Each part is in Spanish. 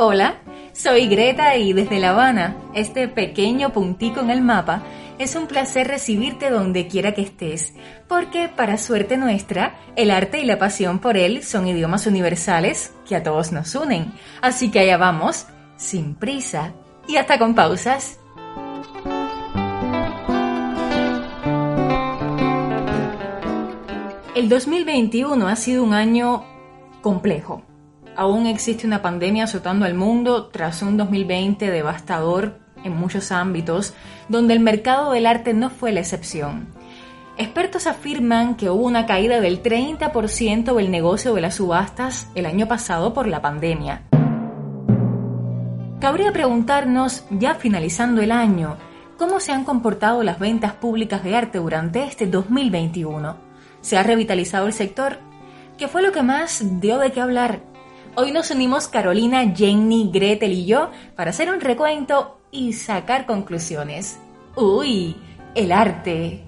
Hola, soy Greta y desde La Habana, este pequeño puntico en el mapa, es un placer recibirte donde quiera que estés, porque para suerte nuestra, el arte y la pasión por él son idiomas universales que a todos nos unen. Así que allá vamos, sin prisa y hasta con pausas. El 2021 ha sido un año complejo. Aún existe una pandemia azotando al mundo tras un 2020 devastador en muchos ámbitos, donde el mercado del arte no fue la excepción. Expertos afirman que hubo una caída del 30% del negocio de las subastas el año pasado por la pandemia. Cabría preguntarnos, ya finalizando el año, ¿cómo se han comportado las ventas públicas de arte durante este 2021? ¿Se ha revitalizado el sector? ¿Qué fue lo que más dio de qué hablar? Hoy nos unimos Carolina, Jenny, Gretel y yo para hacer un recuento y sacar conclusiones. ¡Uy! El arte.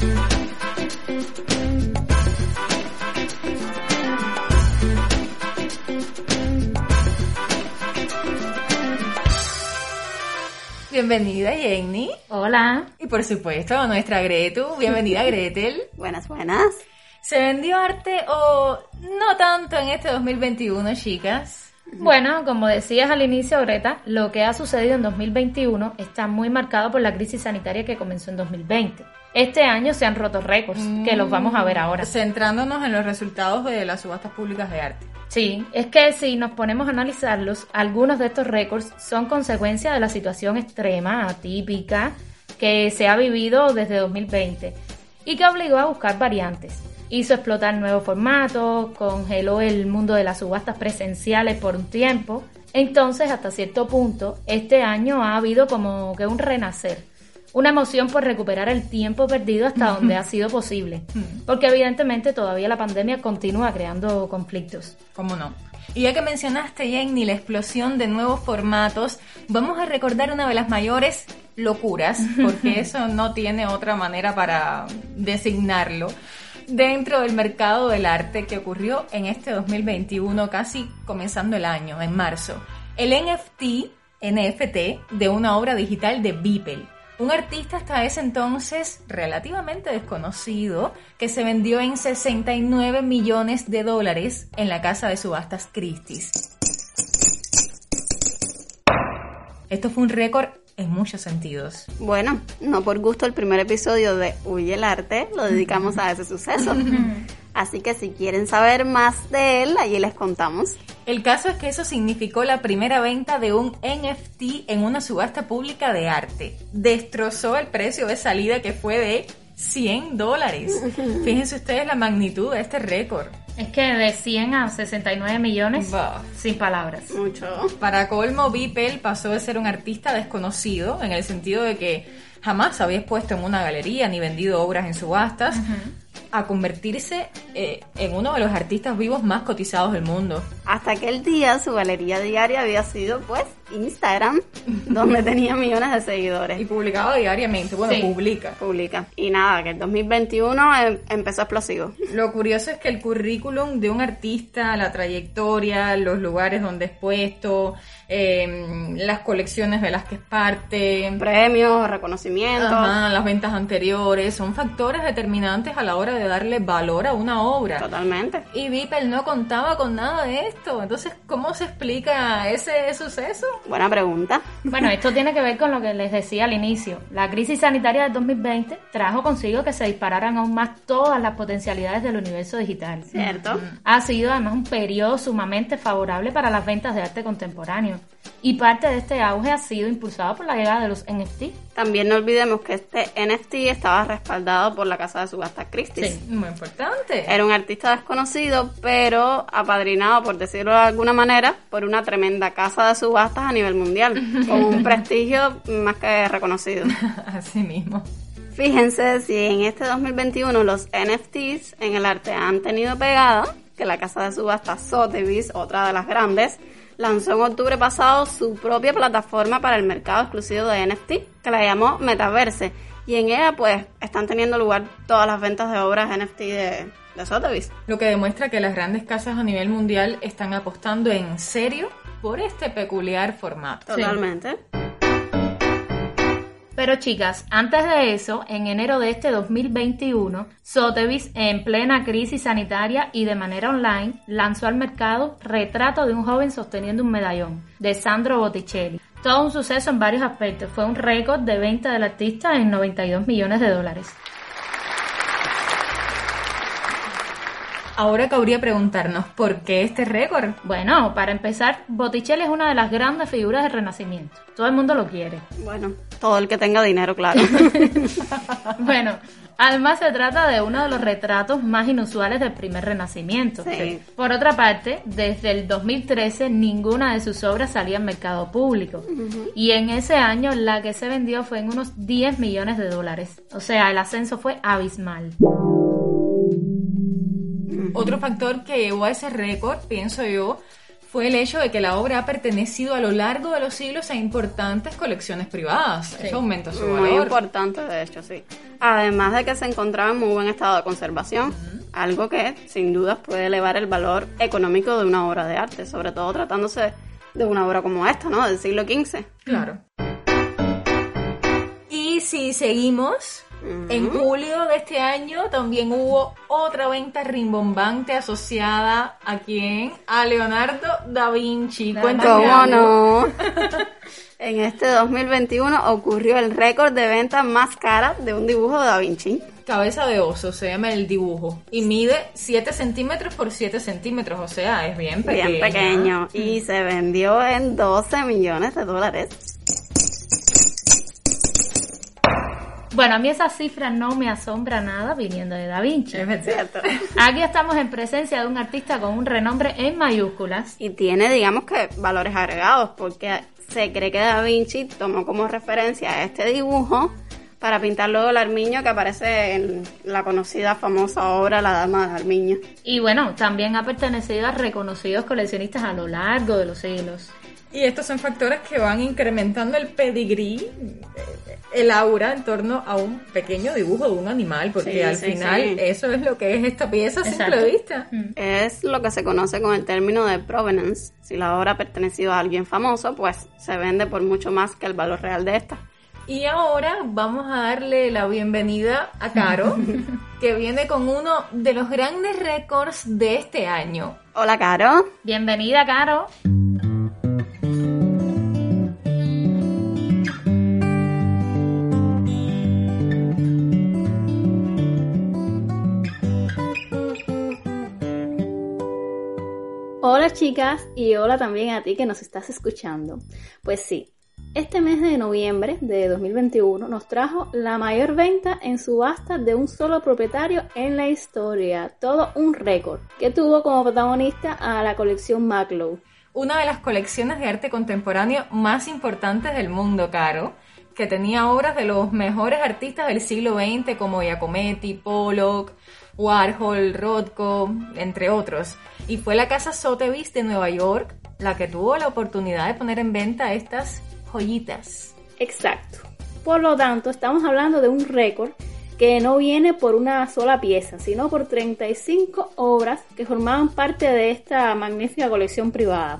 Bienvenida, Jenny. Hola. Y por supuesto, nuestra Gretu. Bienvenida, Gretel. Buenas, buenas. ¿Se vendió arte o no tanto en este 2021, chicas? Bueno, como decías al inicio, Greta, lo que ha sucedido en 2021 está muy marcado por la crisis sanitaria que comenzó en 2020. Este año se han roto récords, que los vamos a ver ahora. Centrándonos en los resultados de las subastas públicas de arte. Sí, es que si nos ponemos a analizarlos, algunos de estos récords son consecuencia de la situación extrema, atípica, que se ha vivido desde 2020 y que obligó a buscar variantes. Hizo explotar nuevos formatos, congeló el mundo de las subastas presenciales por un tiempo. Entonces, hasta cierto punto, este año ha habido como que un renacer. Una emoción por recuperar el tiempo perdido hasta donde ha sido posible. Porque evidentemente todavía la pandemia continúa creando conflictos. ¿Cómo no? Y ya que mencionaste, Jenny, la explosión de nuevos formatos, vamos a recordar una de las mayores locuras, porque eso no tiene otra manera para designarlo, dentro del mercado del arte que ocurrió en este 2021, casi comenzando el año, en marzo. El NFT de una obra digital de Beeple, un artista hasta ese entonces relativamente desconocido, que se vendió en $69 millones en la casa de subastas Christie's. Esto fue un récord en muchos sentidos. Bueno, no por gusto el primer episodio de Uy el Arte lo dedicamos a ese suceso. Así que si quieren saber más de él, allí les contamos. El caso es que eso significó la primera venta de un NFT en una subasta pública de arte. Destrozó el precio de salida, que fue de $100. Fíjense ustedes la magnitud de este récord. Es que de 100 a 69 millones, sin palabras. Mucho. Para colmo, Beeple pasó de ser un artista desconocido, en el sentido de que jamás había expuesto en una galería ni vendido obras en subastas, a convertirse en uno de los artistas vivos más cotizados del mundo. Hasta aquel día su galería diaria había sido, pues, Instagram, donde tenía millones de seguidores. Y publicaba diariamente, bueno, sí. Publica. Y nada, que el 2021 empezó explosivo. Lo curioso es que el currículum de un artista, la trayectoria, los lugares donde es puesto, las colecciones de las que es parte, premios, reconocimientos, las ventas anteriores, son factores determinantes a la hora de darle valor a una obra. Totalmente. Y Beeple no contaba con nada de esto. Entonces, ¿cómo se explica ese suceso? Buena pregunta. Bueno, esto tiene que ver con lo que les decía al inicio. La crisis sanitaria del 2020 trajo consigo que se dispararan aún más todas las potencialidades del universo digital. ¿Cierto? Ha sido además un periodo sumamente favorable para las ventas de arte contemporáneo. Y parte de este auge ha sido impulsado por la llegada de los NFT. También no olvidemos que este NFT estaba respaldado por la casa de subastas Christie's. Sí, muy importante. Era un artista desconocido, pero apadrinado, por decirlo de alguna manera, por una tremenda casa de subastas a nivel mundial, con un prestigio más que reconocido. Así mismo. Fíjense si en este 2021 los NFTs en el arte han tenido pegada, que la casa de subastas Sotheby's, otra de las grandes, lanzó en octubre pasado su propia plataforma para el mercado exclusivo de NFT, que la llamó Metaverse, y en ella pues están teniendo lugar todas las ventas de obras NFT de Sotheby's. Lo que demuestra que las grandes casas a nivel mundial están apostando en serio por este peculiar formato. Totalmente. Sí. Pero chicas, antes de eso, en enero de este 2021, Sotheby's, en plena crisis sanitaria y de manera online, lanzó al mercado Retrato de un joven sosteniendo un medallón, de Sandro Botticelli. Todo un suceso en varios aspectos. Fue un récord de venta del artista en $92 millones. Ahora cabría preguntarnos, ¿por qué este récord? Bueno, para empezar, Botticelli es una de las grandes figuras del Renacimiento. Todo el mundo lo quiere. Bueno, todo el que tenga dinero, claro. Bueno, además se trata de uno de los retratos más inusuales del primer Renacimiento. Sí. Por otra parte, desde el 2013 ninguna de sus obras salía al mercado público. Y en ese año la que se vendió fue en unos $10 millones. O sea, el ascenso fue abismal. Otro factor que llevó a ese récord, pienso yo, fue el hecho de que la obra ha pertenecido a lo largo de los siglos a importantes colecciones privadas. Sí. Eso aumenta su valor. Muy importante, de hecho, sí. Además de que se encontraba en muy buen estado de conservación, algo que, sin dudas, puede elevar el valor económico de una obra de arte, sobre todo tratándose de una obra como esta, ¿no?, del siglo XV. Claro. Y si seguimos, en julio de este año también hubo otra venta rimbombante asociada ¿a quién? A Leonardo da Vinci. Cuéntame ¿Cómo algo. no? En este 2021 ocurrió el récord de ventas más cara de un dibujo de Da Vinci. Cabeza de oso, se llama el dibujo. Y mide 7 centímetros por 7 centímetros, o sea, es bien pequeño. Bien pequeño. Y se vendió en $12 millones. Bueno, a mí esa cifra no me asombra nada viniendo de Da Vinci. Es verdad. ¿Cierto? Aquí estamos en presencia de un artista con un renombre en mayúsculas. Y tiene, digamos que, valores agregados, porque se cree que Da Vinci tomó como referencia a este dibujo para pintar luego el armiño que aparece en la conocida famosa obra La Dama del Armiño. Y bueno, también ha pertenecido a reconocidos coleccionistas a lo largo de los siglos. Y estos son factores que van incrementando el pedigrí, el aura en torno a un pequeño dibujo de un animal, porque Sí, al sí, final sí. eso es lo que es esta pieza a simple Exacto. vista. Es lo que se conoce con el término de provenance. Si la obra ha pertenecido a alguien famoso, pues se vende por mucho más que el valor real de esta. Y ahora vamos a darle la bienvenida a Caro, que viene con uno de los grandes récords de este año. Hola, Caro. Bienvenida, Caro. Hola chicas y hola también a ti que nos estás escuchando. Pues sí, este mes de noviembre de 2021 nos trajo la mayor venta en subasta de un solo propietario en la historia, todo un récord, que tuvo como protagonista a la colección Macklowe. Una de las colecciones de arte contemporáneo más importantes del mundo, Caro, que tenía obras de los mejores artistas del siglo XX como Giacometti, Pollock, Warhol, Rothko, entre otros. Y fue la casa Sotheby's de Nueva York la que tuvo la oportunidad de poner en venta estas joyitas. Exacto. Por lo tanto, estamos hablando de un récord que no viene por una sola pieza, sino por 35 obras que formaban parte de esta magnífica colección privada,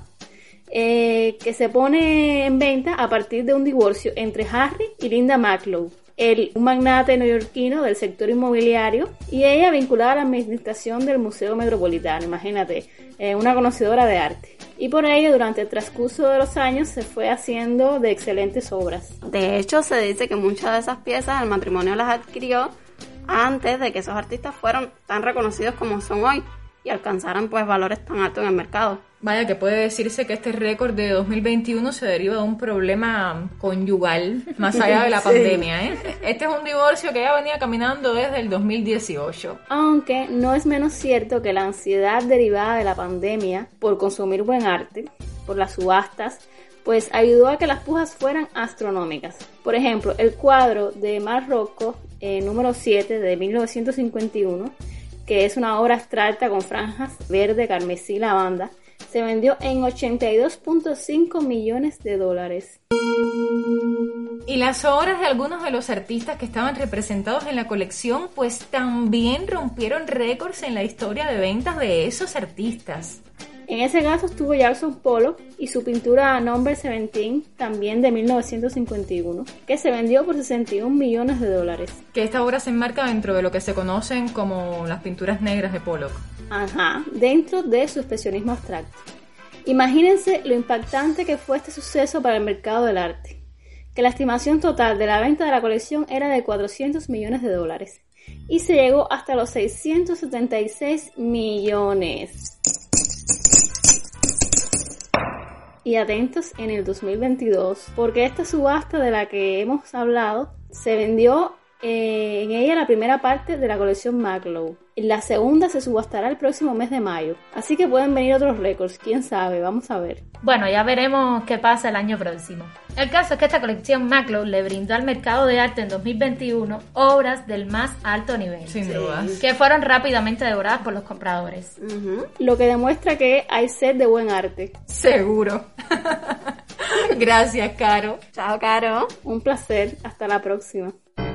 que se pone en venta a partir de un divorcio entre Harry y Linda Macklowe, un magnate neoyorquino del sector inmobiliario, y ella vinculada a la administración del Museo Metropolitano, imagínate, una conocedora de arte. Y por ello, durante el transcurso de los años, se fue haciendo de excelentes obras. De hecho, se dice que muchas de esas piezas el matrimonio las adquirió antes de que esos artistas fueran tan reconocidos como son hoy y alcanzaran pues valores tan altos en el mercado. Vaya, que puede decirse que este récord de 2021 se deriva de un problema conyugal más allá de la pandemia, ¿eh? Este es un divorcio que ya venía caminando desde el 2018. Aunque no es menos cierto que la ansiedad derivada de la pandemia por consumir buen arte, por las subastas, pues ayudó a que las pujas fueran astronómicas. Por ejemplo, el cuadro de Marc Rothko, número 7 de 1951, que es una obra abstracta con franjas verde, carmesí y lavanda, se vendió en $82.5 millones. Y las obras de algunos de los artistas que estaban representados en la colección pues también rompieron récords en la historia de ventas de esos artistas. En ese caso estuvo Jackson Pollock y su pintura Number 17, también de 1951, que se vendió por $61 millones. Que esta obra se enmarca dentro de lo que se conocen como las pinturas negras de Pollock. Ajá, dentro de su expresionismo abstracto. Imagínense lo impactante que fue este suceso para el mercado del arte, que la estimación total de la venta de la colección era de $400 millones y se llegó hasta los 676 millones. Y atentos en el 2022, porque esta subasta de la que hemos hablado se vendió en ella la primera parte de la colección Macklowe. La segunda se subastará el próximo mes de mayo. Así que pueden venir otros récords, quién sabe, vamos a ver. Bueno, ya veremos qué pasa el año próximo. El caso es que esta colección Macklowe le brindó al mercado de arte en 2021 obras del más alto nivel. Sin duda. Que fueron rápidamente devoradas por los compradores. Lo que demuestra que hay sed de buen arte. Seguro. Gracias, Caro. Chao, Caro. Un placer, hasta la próxima.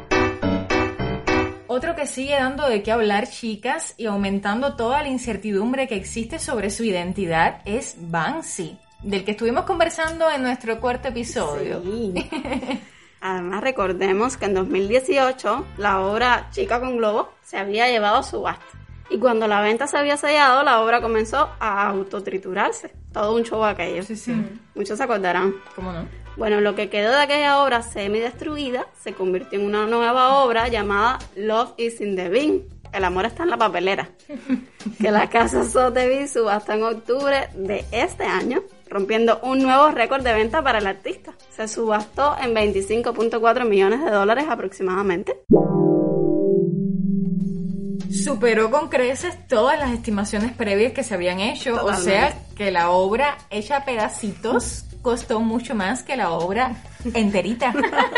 Otro que sigue dando de qué hablar, chicas, y aumentando toda la incertidumbre que existe sobre su identidad es Banksy, del que estuvimos conversando en nuestro cuarto episodio. Sí. Además, recordemos que en 2018 la obra Chica con Globo se había llevado a subasta. Y cuando la venta se había sellado, la obra comenzó a autotriturarse. Todo un show aquello. Sí. Muchos se acordarán. ¿Cómo no? Bueno, lo que quedó de aquella obra semidestruida se convirtió en una nueva obra llamada Love is in the Bin. El amor está en la papelera. Que la casa Sotheby's subastó en octubre de este año, rompiendo un nuevo récord de venta para el artista. Se subastó en $25.4 millones aproximadamente. Superó con creces todas las estimaciones previas que se habían hecho. Totalmente. O sea, que la obra hecha a pedacitos costó mucho más que la obra enterita.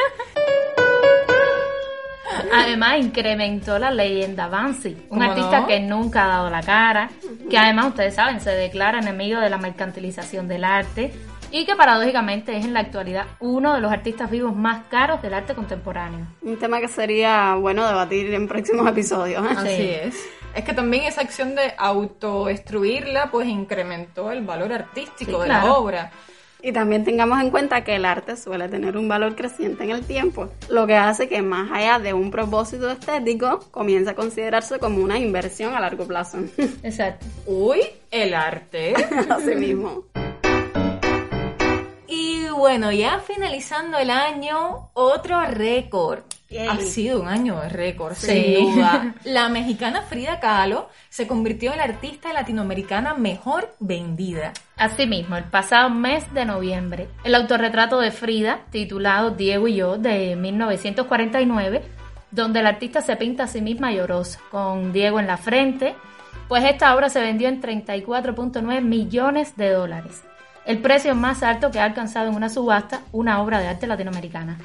Además, incrementó la leyenda Banksy, un ¿Cómo artista no? que nunca ha dado la cara, que además, ustedes saben, se declara enemigo de la mercantilización del arte y que paradójicamente es en la actualidad uno de los artistas vivos más caros del arte contemporáneo. Un tema que sería bueno debatir en próximos episodios. Así es. Es que también esa acción de autodestruirla pues incrementó el valor artístico de claro. la obra. Y también tengamos en cuenta que el arte suele tener un valor creciente en el tiempo, lo que hace que más allá de un propósito estético, comience a considerarse como una inversión a largo plazo. Exacto. Uy, el arte. Así mismo. Y bueno, ya finalizando el año, otro récord. Yay. Ha sido un año de récord, Sí. sin duda. La mexicana Frida Kahlo se convirtió en la artista latinoamericana mejor vendida. Asimismo, el pasado mes de noviembre, el autorretrato de Frida, titulado Diego y yo, de 1949, donde la artista se pinta a sí misma llorosa, con Diego en la frente, pues esta obra se vendió en $34.9 millones. El precio más alto que ha alcanzado en una subasta una obra de arte latinoamericana.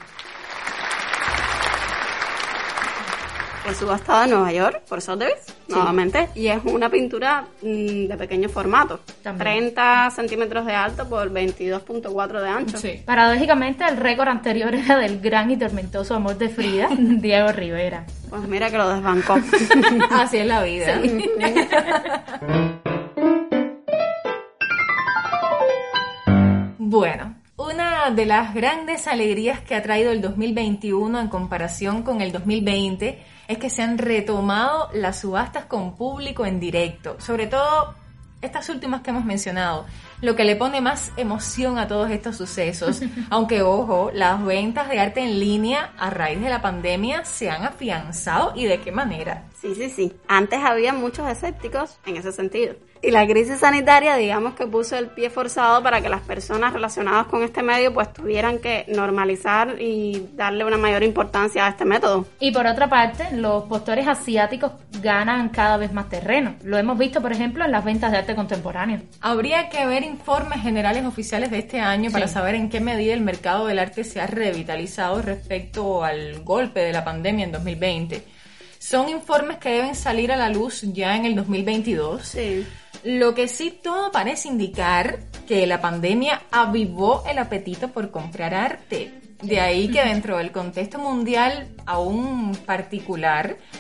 Fue subastada en Nueva York por Sotheby's, nuevamente, y es una pintura de pequeño formato, También. 30 centímetros de alto por 22.4 de ancho. Sí. Paradójicamente, el récord anterior era del gran y tormentoso amor de Frida, Diego Rivera. Pues mira que lo desbancó. Así es la vida. Bueno, una de las grandes alegrías que ha traído el 2021 en comparación con el 2020 es que se han retomado las subastas con público en directo, sobre todo estas últimas que hemos mencionado, lo que le pone más emoción a todos estos sucesos. Aunque, ojo, las ventas de arte en línea a raíz de la pandemia se han afianzado, ¿y de qué manera? Sí. Antes había muchos escépticos en ese sentido. Y la crisis sanitaria, digamos que puso el pie forzado para que las personas relacionadas con este medio pues tuvieran que normalizar y darle una mayor importancia a este método. Y por otra parte, los postores asiáticos ganan cada vez más terreno. Lo hemos visto, por ejemplo, en las ventas de arte contemporáneo. Habría que ver informes generales oficiales de este año para saber en qué medida el mercado del arte se ha revitalizado respecto al golpe de la pandemia en 2020. Son informes que deben salir a la luz ya en el 2022. Sí. Lo que sí todo parece indicar que la pandemia avivó el apetito por comprar arte. De ahí que dentro del contexto mundial aún particular,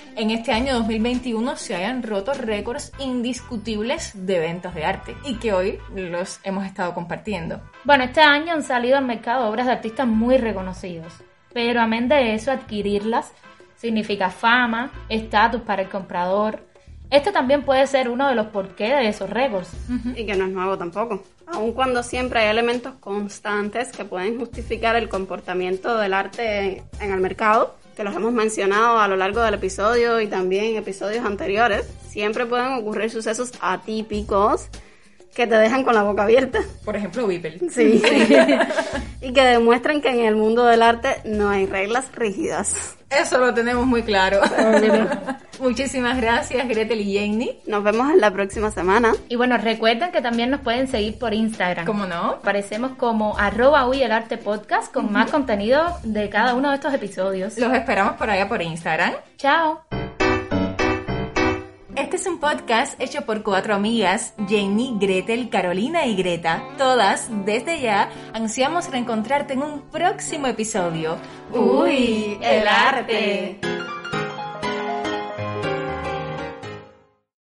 en este año 2021 se hayan roto récords indiscutibles de ventas de arte y que hoy los hemos estado compartiendo. Bueno, este año han salido al mercado obras de artistas muy reconocidos, pero amén de eso, adquirirlas significa fama, estatus para el comprador. Este también puede ser uno de los porqué de esos récords. Y que no es nuevo tampoco. Aun cuando siempre hay elementos constantes que pueden justificar el comportamiento del arte en el mercado, que los hemos mencionado a lo largo del episodio y también en episodios anteriores, siempre pueden ocurrir sucesos atípicos que te dejan con la boca abierta. Por ejemplo, Beeple. Sí. Y que demuestran que en el mundo del arte no hay reglas rígidas. Eso lo tenemos muy claro. Muchísimas gracias, Gretel y Jenny. Nos vemos en la próxima semana. Y bueno, recuerden que también nos pueden seguir por Instagram. ¿Cómo no? Aparecemos como @huyelartepodcast con más contenido de cada uno de estos episodios. Los esperamos por allá por Instagram. ¡Chao! Este es un podcast hecho por 4 amigas, Jenny, Gretel, Carolina y Greta. Todas, desde ya, ansiamos reencontrarte en un próximo episodio. ¡Uy, el arte!